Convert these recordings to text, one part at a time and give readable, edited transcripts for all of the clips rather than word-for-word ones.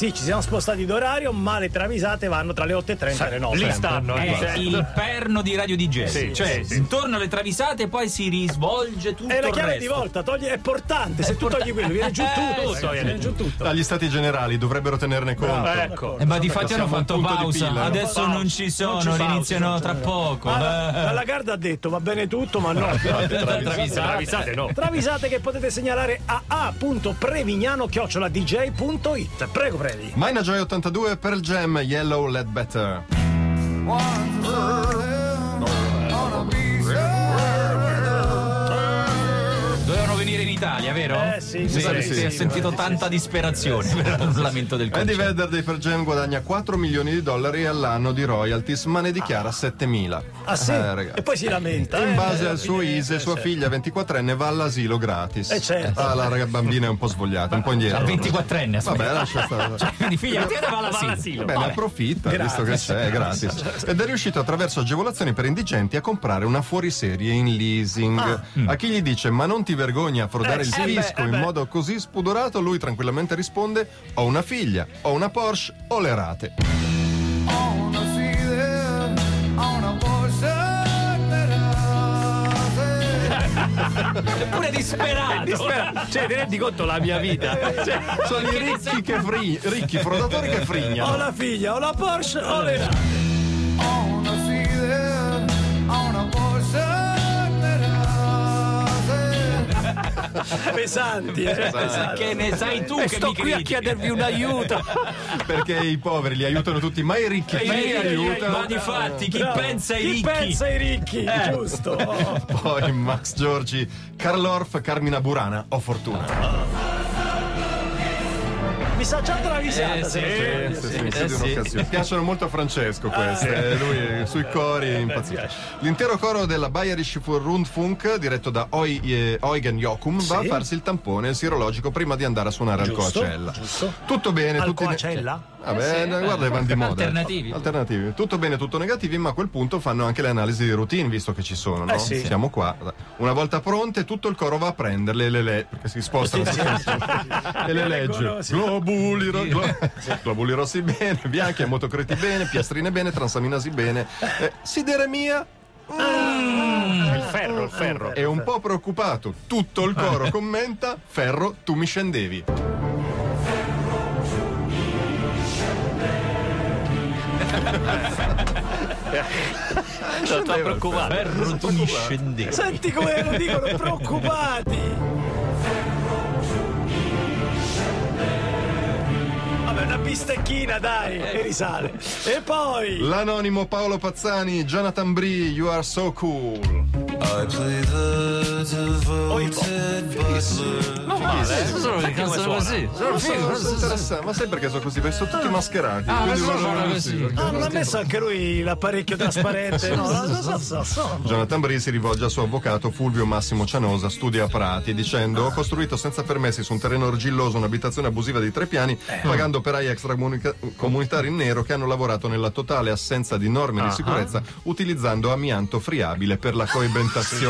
sì, ci siamo spostati d'orario, ma le travisate vanno tra le 8:30 e le 9. Lì stanno. È il perno di Radio DJ. Sì, cioè, sì. intorno alle travisate poi si risvolge tutto È la il chiave resto. di volta, è portante, se tu togli quello viene giù tutto, viene giù tutto. Dagli stati generali dovrebbero tenerne conto. Ecco. Ma difatti hanno Siamo al fatto punto di pausa. pilla, no? Adesso non ci sono, riniziano tra poco. La Lagarde ha detto va bene tutto, ma no. Travisate no. Travisate che potete segnalare a a.prevignano@dj.it. Prego, Previ. Mina Joy 82 per Jam, Yellow Let Better. Dovevano venire in Italia, vero? Sì. Si è sentito tanta disperazione per il lamento del Eddie concerto. Vedder dei Pearl Jam guadagna $4 milioni all'anno di royalties, ma ne dichiara 7.000. Ah sì? Ragazzi. E poi si lamenta. In base al suo ISE, sua figlia 24enne va all'asilo gratis. certo. La bambina è un po' svogliata, un po' indietro. Al 24enne, Vabbè, lascia stare. quindi figlia, ti va all'asilo. Beh, ne approfitta, visto che c'è, gratis. Ed è riuscito attraverso agevolazioni per indigenti a comprare una fuoriserie in leasing. A chi gli dice ma non ti vergogni a frodare il fisco in modo così spudorato, lui tranquillamente risponde: ho una figlia, ho una Porsche, ho le rate. Eppure disperato. Cioè, ti rendi conto la mia vita? Cioè, Sono i ricchi frodatori che Ho frignano. la figlia, ho la Porsche, ho le rate. Pesanti, pesanti. Che ne sai tu che sto mi qui a critichi? chiedervi un aiuto. Perché i poveri li aiutano tutti, ma i ricchi chi li aiuta? Ma difatti, chi Bravo. pensa ai Chi ricchi? pensa ai ricchi, giusto. Poi Max Giorgi, Karl Orff, Carmina Burana, ho fortuna. Mi sa già travisata. Sì, un'occasione. Piacciono molto a Francesco queste, lui sui cori impazzisce. L'intero coro della Bayerische Rundfunk, diretto da Eugen Jochum, va a farsi il tampone sierologico prima di andare a suonare al Coachella. Tutto bene, Al tutti Coachella? Vabbè, guarda, van di moda. Alternativi. Tutto bene, tutto negativi, ma a quel punto fanno anche le analisi di routine, visto che ci sono, no? Sì. Siamo qua. Una volta pronte, tutto il coro va a prenderle, perché si spostano e le legge. Globuli rossi bene, bianchi, emotocreti bene, piastrine bene, transaminasi bene, sideremia. Il ferro. È un po' preoccupato. Tutto il coro commenta: Ferro, tu mi scendevi. Sto preoccupato. Ferro, tu mi scendi. Senti come lo dicono, preoccupati. Vabbè, una bistecchina, dai, e risale. E poi L'anonimo Paolo Pazzani, Jonathan Bree, You Are So Cool. Non male, sono le canzoni così. Sono Sono interessante, ma sai perché sono così? Perché sono tutti mascherati. Quindi sono vanno così. non ha messo anche lui l'apparecchio trasparente? No. Jonathan Bree si rivolge al suo avvocato Fulvio Massimo Cianosa, studia a Prati, dicendo: ho costruito senza permessi su un terreno argilloso un'abitazione abusiva di 3 piani, pagando operai extracomunitari in nero che hanno lavorato nella totale assenza di norme di sicurezza, utilizzando amianto friabile per la coibentazione.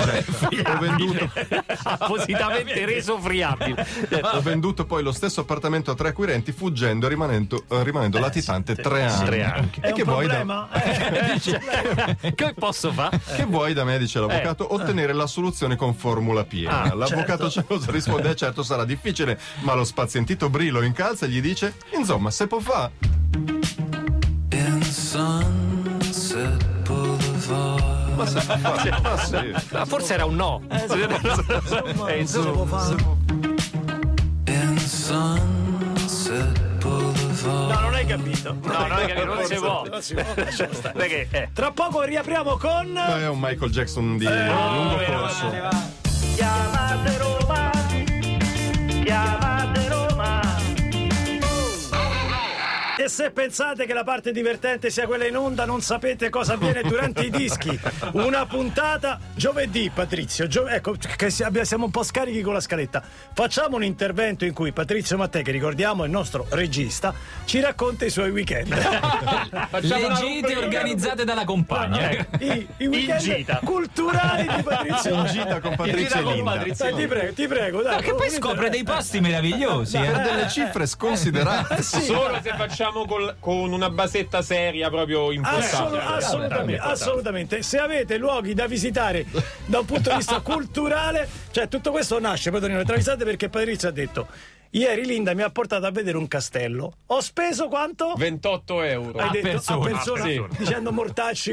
Appositamente reso friabile. Ho venduto poi lo stesso appartamento a 3 acquirenti, fuggendo e rimanendo latitante 3 anni. 3 anni. È un che vuoi problema? Che posso fare? Che vuoi da me, dice l'avvocato, ottenere la soluzione con formula piena. L'avvocato Cianosa risponde: certo sarà difficile, ma lo spazientito Bree lo incalza e gli dice: insomma, se può fa. Ma sì. Forse era un no. Insomma. No, non hai capito. No, non si può. Perché? Tra poco riapriamo con È un Michael Jackson di lungo corso. Chiamate Roma. Perché se pensate che la parte divertente sia quella in onda, non sapete cosa avviene durante i dischi. Una puntata giovedì, Patrizio. Ecco, che siamo un po' scarichi con la scaletta. Facciamo un intervento in cui Patrizio Mattei, che ricordiamo è il nostro regista, ci racconta i suoi weekend. Le gite organizzate dalla compagna. I weekend culturali di Patrizio. In gita con Patrizio e Linda. Ti prego, dai. Ma che poi scopre dei posti meravigliosi. Ha delle cifre sconsiderate. Solo se facciamo con una basetta seria proprio impostata. Assolutamente. Se avete luoghi da visitare da un punto di vista culturale, cioè tutto questo nasce poi le travisate perché Patrizio ha detto: ieri Linda mi ha portato a vedere un castello. Ho speso quanto? 28 euro. Hai detto persona, a persona, sì. dicendo mortacci.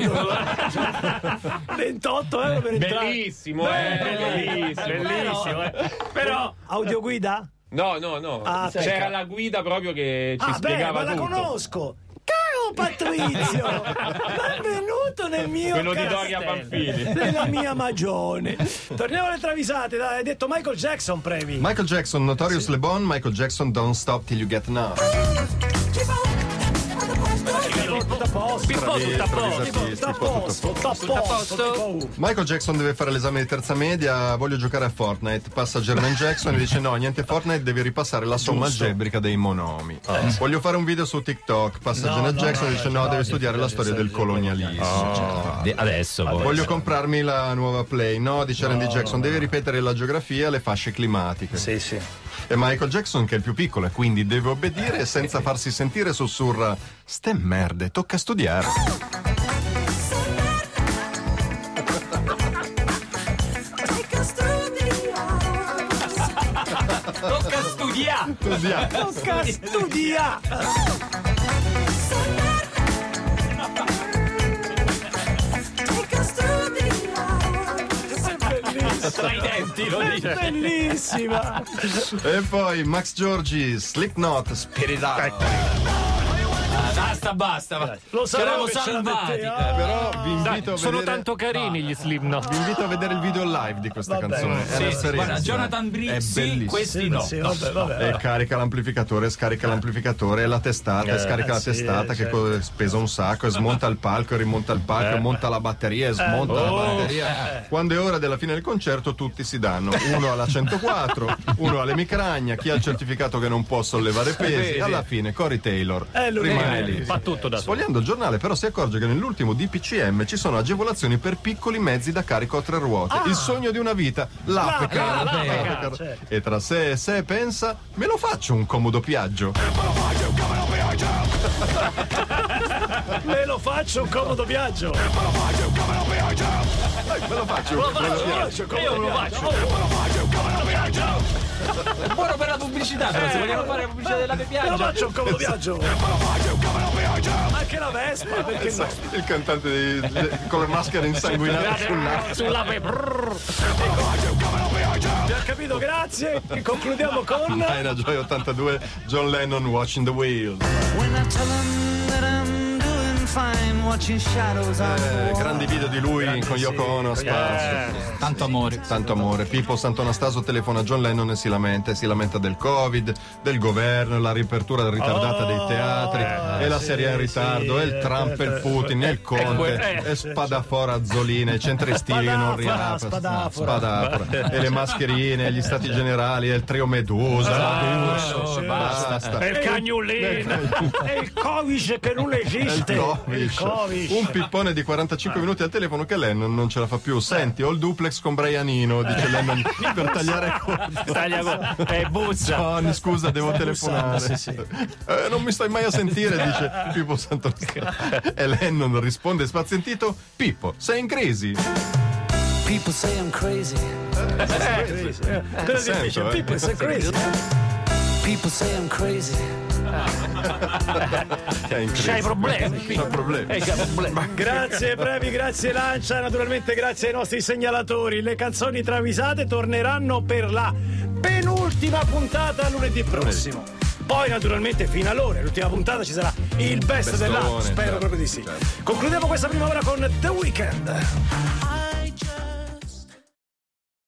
28 euro per entrare. Bellissimo, bellissimo. Però No. Audioguida? C'era la guida proprio che ci spiegava ma la tutto. conosco. Caro Patrizio, benvenuto nel mio Quello di castello, Doria Pamphili. nella mia magione. Torniamo alle travisate, dai, hai detto Michael Jackson, Previ. Michael Jackson, Notorious Le Bon, Michael Jackson, Don't Stop Till You Get Enough. Tutto a posto. Pippo tutto a posto. Tutto a posto. Michael Jackson deve fare l'esame di terza media, voglio giocare a Fortnite, passa Jermaine Jackson e dice no, niente Fortnite, devi ripassare la somma algebrica dei monomi. Voglio fare un video su TikTok, passa Janet Jackson e dice no, devi studiare la storia del colonialismo. Adesso poi. Voglio comprarmi la nuova Play, no, dice Randy Jackson, devi ripetere la geografia e le fasce climatiche. Sì. E Michael Jackson, che è il più piccolo e quindi deve obbedire, e senza farsi sentire sussurra: ste merde, tocca studiare. Tocca studiare. Tocca studia. Tra i denti lo dice. Bellissima. E poi Max Giorgi, Slipknot, Spirit Out. Basta. Lo C'eravamo sapevo che ce la salvati. metteva. Però vi invito dai, a sono vedere. tanto carini gli Slipknot. Vi invito a vedere il video live di questa Vabbè, canzone. sì, È un'esperienza. Guarda, Jonathan È Brixi, bellissimo. questi no. Sì, vabbè. E carica l'amplificatore, scarica l'amplificatore, e la testata, e scarica la sì, testata che certo. pesa un sacco, e smonta il palco, e rimonta il palco, e monta la batteria, e smonta la batteria. Quando è ora della fine del concerto, tutti si danno. Uno alla 104, uno all'emicrania, chi ha il certificato che non può sollevare pesi. Alla fine Corey Taylor lui rimane lì. Fa tutto da solo. Sfogliando il giornale però si accorge che nell'ultimo DPCM ci sono agevolazioni per piccoli mezzi da carico a 3 ruote. Il sogno di una vita, l'Apecar. l'Apecar, certo. E tra sé e sé pensa: me lo faccio un comodo piaggio. Me lo faccio un comodo viaggio. Me lo faccio un comodo piaggio. Io me lo faccio. È buono per la pubblicità, però se vogliamo fare la pubblicità della Me lo Pepiaggia. faccio un comodo viaggio. Anche la Vespa, perché no? Il cantante con le maschere insanguinate Sulla Abbiamo capito, grazie. E concludiamo con Era Joy 82, John Lennon, Watching the Wheels. When I tell 'em that I'm doing fine, watching shadows on the wall. Grandi video di lui con Yoko Ono a spazio. Tanto amore. Tanto amore. Pippo Sant'Anastaso telefona a John Lennon e si lamenta del Covid, del governo, la riapertura ritardata dei teatri, e la serie è in ritardo, e il Trump e il Putin, e il Conte, e spadafora Azzolina, i centri estivi che non riaprono, spadafora, e le mascherine, e gli stati generali, e il trio Medusa, basta. E il cagnolino. è il Covid che non esiste. Il Covid. Un pippone di 45 minuti al telefono che Lennon non ce la fa più. Senti, ho il duplex con Brianino, dice Lennon, per tagliare Buzza. Johnny, scusa, devo telefonare. Sì. Non mi stai mai a sentire, dice Pippo Sant'Anastaso. E Lennon risponde spazientito: Pippo, sei in crisi? People say I'm crazy. Te lo dice, Pippo, sei crazy. People say I'm crazy. Che è in crisi. C'hai problemi. C'ha problemi. Grazie Previ, grazie Lancia, naturalmente grazie ai nostri segnalatori. Le canzoni travisate torneranno per la penultima puntata lunedì prossimo. Poi naturalmente finalone, l'ultima puntata ci sarà il best Bestone, dell'anno, spero certo, proprio di sì. certo. Concludiamo questa prima ora con The Weeknd.